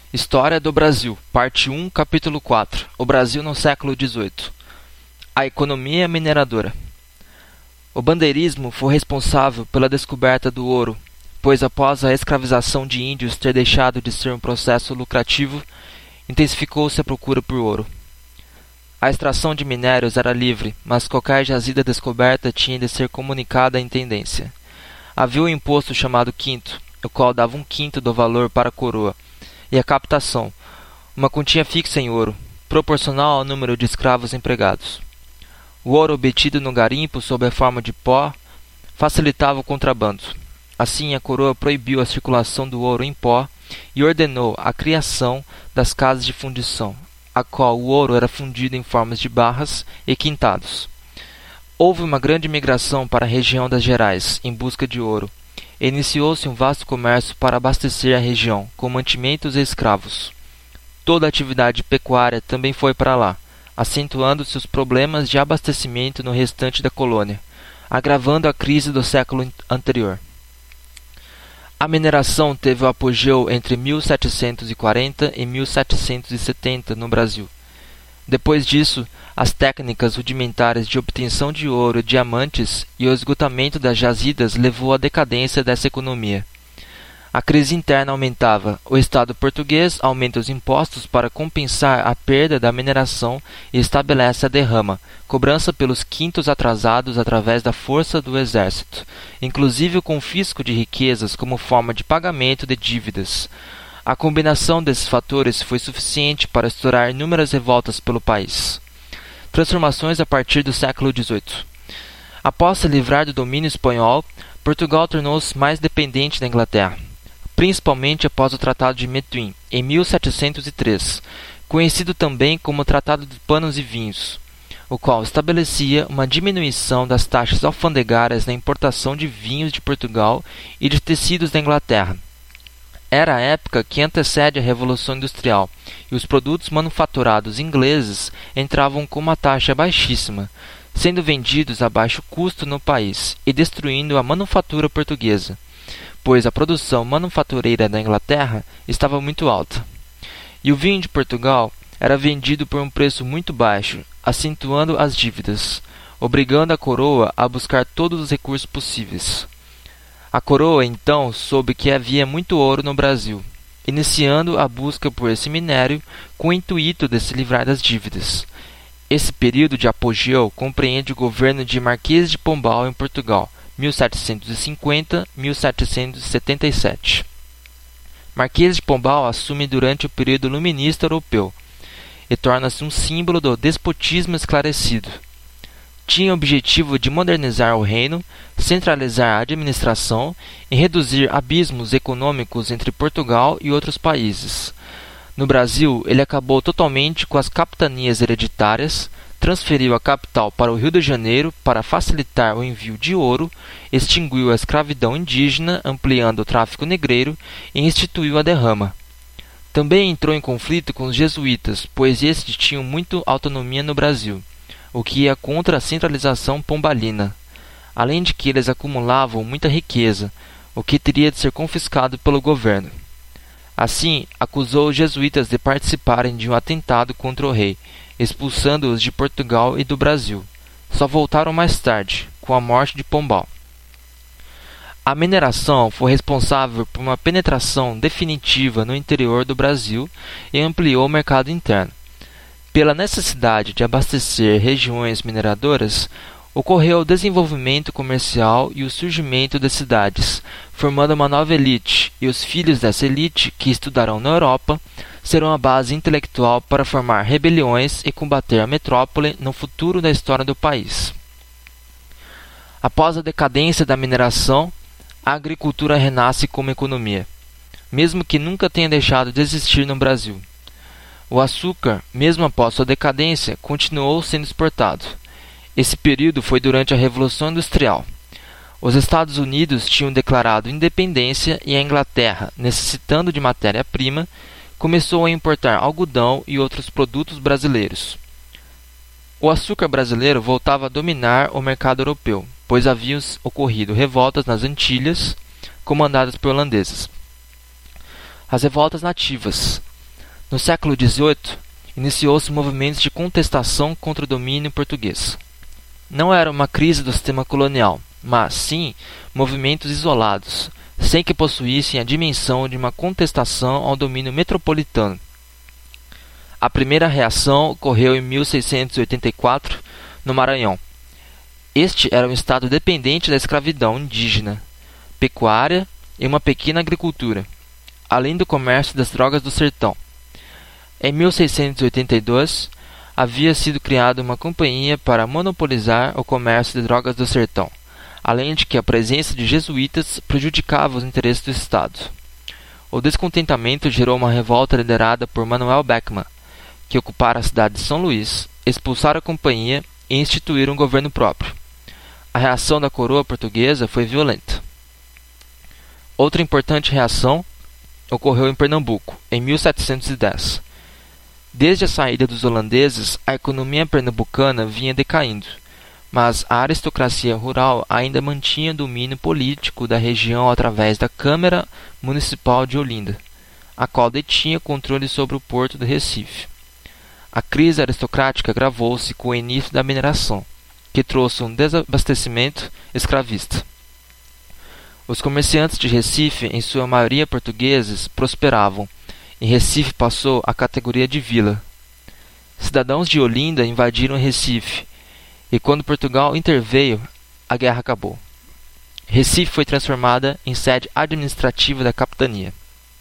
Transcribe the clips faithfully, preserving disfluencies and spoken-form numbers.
História do Brasil, Parte um, Capítulo quatro. O Brasil no século dezoito. A economia mineradora. O bandeirismo foi responsável pela descoberta do ouro, pois após a escravização de índios ter deixado de ser um processo lucrativo, intensificou-se a procura por ouro. A extração de minérios era livre, mas qualquer jazida descoberta tinha de ser comunicada à intendência. Havia o imposto chamado quinto, o qual dava um quinto do valor para a coroa, e a captação, uma quantia fixa em ouro, proporcional ao número de escravos empregados. O ouro obtido no garimpo sob a forma de pó facilitava o contrabando. Assim, a coroa proibiu a circulação do ouro em pó e ordenou a criação das casas de fundição, a qual o ouro era fundido em formas de barras e quintados. Houve uma grande migração para a região das Gerais, em busca de ouro. Iniciou-se um vasto comércio para abastecer a região, com mantimentos e escravos. Toda a atividade pecuária também foi para lá, acentuando-se os problemas de abastecimento no restante da colônia, agravando a crise do século anterior. A mineração teve o apogeu entre mil setecentos e quarenta e mil setecentos e setenta no Brasil. Depois disso, as técnicas rudimentares de obtenção de ouro e diamantes e o esgotamento das jazidas levou à decadência dessa economia. A crise interna aumentava. O Estado português aumenta os impostos para compensar a perda da mineração e estabelece a derrama, cobrança pelos quintos atrasados através da força do exército, inclusive o confisco de riquezas como forma de pagamento de dívidas. A combinação desses fatores foi suficiente para estourar inúmeras revoltas pelo país. Transformações a partir do século dezoito. Após se livrar do domínio espanhol, Portugal tornou-se mais dependente da Inglaterra, principalmente após o Tratado de Methuen, em mil setecentos e três, conhecido também como Tratado de Panos e Vinhos, o qual estabelecia uma diminuição das taxas alfandegárias na importação de vinhos de Portugal e de tecidos da Inglaterra. Era a época que antecede a Revolução Industrial, e os produtos manufaturados ingleses entravam com uma taxa baixíssima, sendo vendidos a baixo custo no país e destruindo a manufatura portuguesa, pois a produção manufatureira da Inglaterra estava muito alta. E o vinho de Portugal era vendido por um preço muito baixo, acentuando as dívidas, obrigando a coroa a buscar todos os recursos possíveis. A coroa, então, soube que havia muito ouro no Brasil, iniciando a busca por esse minério com o intuito de se livrar das dívidas. Esse período de apogeu compreende o governo de Marquês de Pombal em Portugal, mil setecentos e cinquenta a mil setecentos e setenta e sete. Marquês de Pombal assume durante o período iluminista europeu e torna-se um símbolo do despotismo esclarecido. Tinha o objetivo de modernizar o reino, centralizar a administração e reduzir abismos econômicos entre Portugal e outros países. No Brasil, ele acabou totalmente com as capitanias hereditárias, transferiu a capital para o Rio de Janeiro para facilitar o envio de ouro, extinguiu a escravidão indígena, ampliando o tráfico negreiro e instituiu a derrama. Também entrou em conflito com os jesuítas, pois estes tinham muita autonomia no Brasil, o que ia contra a centralização pombalina, além de que eles acumulavam muita riqueza, o que teria de ser confiscado pelo governo. Assim, acusou os jesuítas de participarem de um atentado contra o rei, expulsando-os de Portugal e do Brasil. Só voltaram mais tarde, com a morte de Pombal. A mineração foi responsável por uma penetração definitiva no interior do Brasil e ampliou o mercado interno. Pela necessidade de abastecer regiões mineradoras, ocorreu o desenvolvimento comercial e o surgimento de cidades, formando uma nova elite, e os filhos dessa elite, que estudarão na Europa, serão a base intelectual para formar rebeliões e combater a metrópole no futuro da história do país. Após a decadência da mineração, a agricultura renasce como economia, mesmo que nunca tenha deixado de existir no Brasil. O açúcar, mesmo após sua decadência, continuou sendo exportado. Esse período foi durante a Revolução Industrial. Os Estados Unidos tinham declarado independência e a Inglaterra, necessitando de matéria-prima, começou a importar algodão e outros produtos brasileiros. O açúcar brasileiro voltava a dominar o mercado europeu, pois haviam ocorrido revoltas nas Antilhas, comandadas por holandeses. As revoltas nativas. No século dezoito, iniciou-se movimentos de contestação contra o domínio português. Não era uma crise do sistema colonial, mas, sim, movimentos isolados, sem que possuíssem a dimensão de uma contestação ao domínio metropolitano. A primeira reação ocorreu em mil seiscentos e oitenta e quatro, no Maranhão. Este era um estado dependente da escravidão indígena, pecuária e uma pequena agricultura, além do comércio das drogas do sertão. Em mil seiscentos e oitenta e dois, havia sido criada uma companhia para monopolizar o comércio de drogas do sertão, além de que a presença de jesuítas prejudicava os interesses do Estado. O descontentamento gerou uma revolta liderada por Manuel Beckmann, que ocupara a cidade de São Luís, expulsaram a companhia e instituíram um governo próprio. A reação da coroa portuguesa foi violenta. Outra importante reação ocorreu em Pernambuco, em mil setecentos e dez. Desde a saída dos holandeses, a economia pernambucana vinha decaindo, mas a aristocracia rural ainda mantinha domínio político da região através da Câmara Municipal de Olinda, a qual detinha controle sobre o porto de Recife. A crise aristocrática agravou-se com o início da mineração, que trouxe um desabastecimento escravista. Os comerciantes de Recife, em sua maioria portugueses, prosperavam, e Recife passou à categoria de vila. Cidadãos de Olinda invadiram Recife, e quando Portugal interveio, a guerra acabou. Recife foi transformada em sede administrativa da capitania.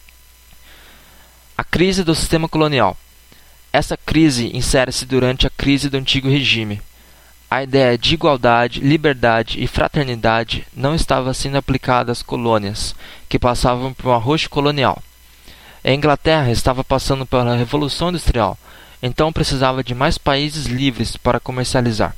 A crise do sistema colonial. Essa crise insere-se durante a crise do antigo regime. A ideia de igualdade, liberdade e fraternidade não estava sendo aplicada às colônias, que passavam por um arroxo colonial. A Inglaterra estava passando pela Revolução Industrial, então precisava de mais países livres para comercializar.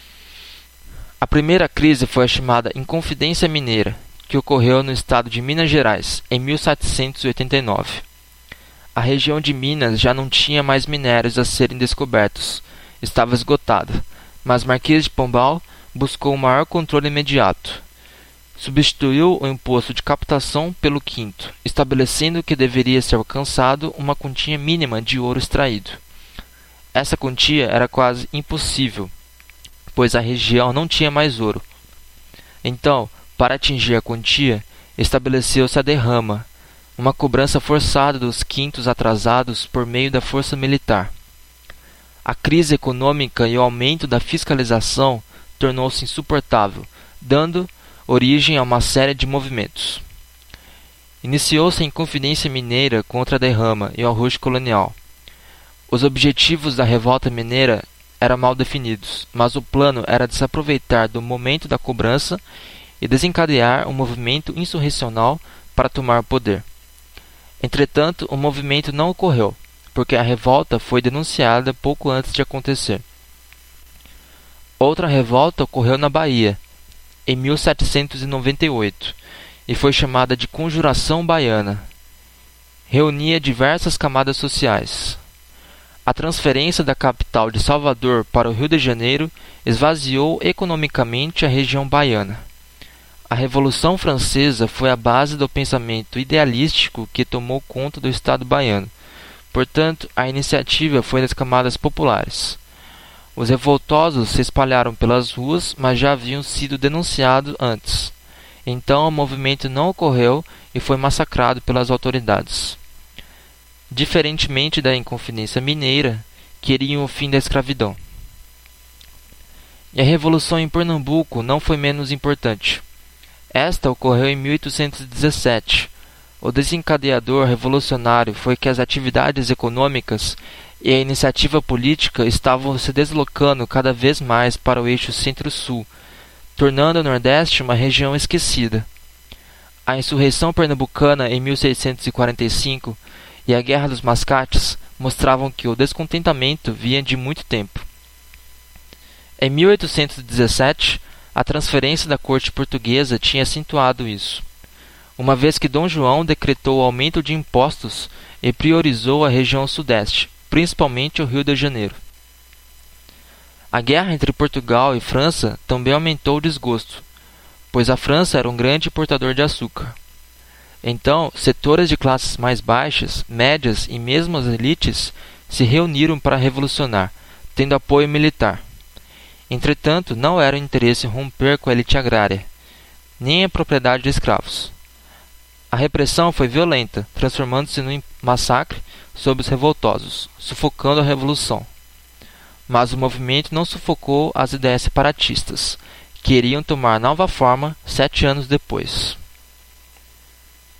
A primeira crise foi a chamada Inconfidência Mineira, que ocorreu no estado de Minas Gerais, em mil setecentos e oitenta e nove. A região de Minas já não tinha mais minérios a serem descobertos, estava esgotada, mas Marquês de Pombal buscou um maior controle imediato. Substituiu o imposto de captação pelo quinto, estabelecendo que deveria ser alcançado uma quantia mínima de ouro extraído. Essa quantia era quase impossível, pois a região não tinha mais ouro. Então, para atingir a quantia, estabeleceu-se a derrama, uma cobrança forçada dos quintos atrasados por meio da força militar. A crise econômica e o aumento da fiscalização tornou-se insuportável, dando origem a uma série de movimentos. Iniciou-se a Inconfidência Mineira contra a derrama e o arroxo colonial. Os objetivos da revolta mineira eram mal definidos, mas o plano era de se aproveitar do momento da cobrança e desencadear um movimento insurrecional para tomar o poder. Entretanto, o movimento não ocorreu, porque a revolta foi denunciada pouco antes de acontecer. Outra revolta ocorreu na Bahia, em mil setecentos e noventa e oito, e foi chamada de Conjuração Baiana. Reunia diversas camadas sociais. A transferência da capital de Salvador para o Rio de Janeiro esvaziou economicamente a região baiana. A Revolução Francesa foi a base do pensamento idealístico que tomou conta do Estado baiano. Portanto, a iniciativa foi das camadas populares. Os revoltosos se espalharam pelas ruas, mas já haviam sido denunciados antes. Então o movimento não ocorreu e foi massacrado pelas autoridades. Diferentemente da Inconfidência Mineira, queriam o fim da escravidão. E a Revolução em Pernambuco não foi menos importante. Esta ocorreu em mil oitocentos e dezessete. O desencadeador revolucionário foi que as atividades econômicas e a iniciativa política estavam se deslocando cada vez mais para o eixo centro-sul, tornando o Nordeste uma região esquecida. A insurreição pernambucana em mil seiscentos e quarenta e cinco e a Guerra dos Mascates mostravam que o descontentamento vinha de muito tempo. Em mil oitocentos e dezessete, a transferência da corte portuguesa tinha acentuado isso, uma vez que Dom João decretou o aumento de impostos e priorizou a região sudeste, principalmente o Rio de Janeiro. A guerra entre Portugal e França também aumentou o desgosto, pois a França era um grande importador de açúcar. Então, setores de classes mais baixas, médias e mesmo as elites se reuniram para revolucionar, tendo apoio militar. Entretanto, não era o interesse romper com a elite agrária, nem a propriedade de escravos. A repressão foi violenta, transformando-se num massacre sobre os revoltosos, sufocando a revolução. Mas o movimento não sufocou as ideias separatistas, que iriam tomar nova forma sete anos depois.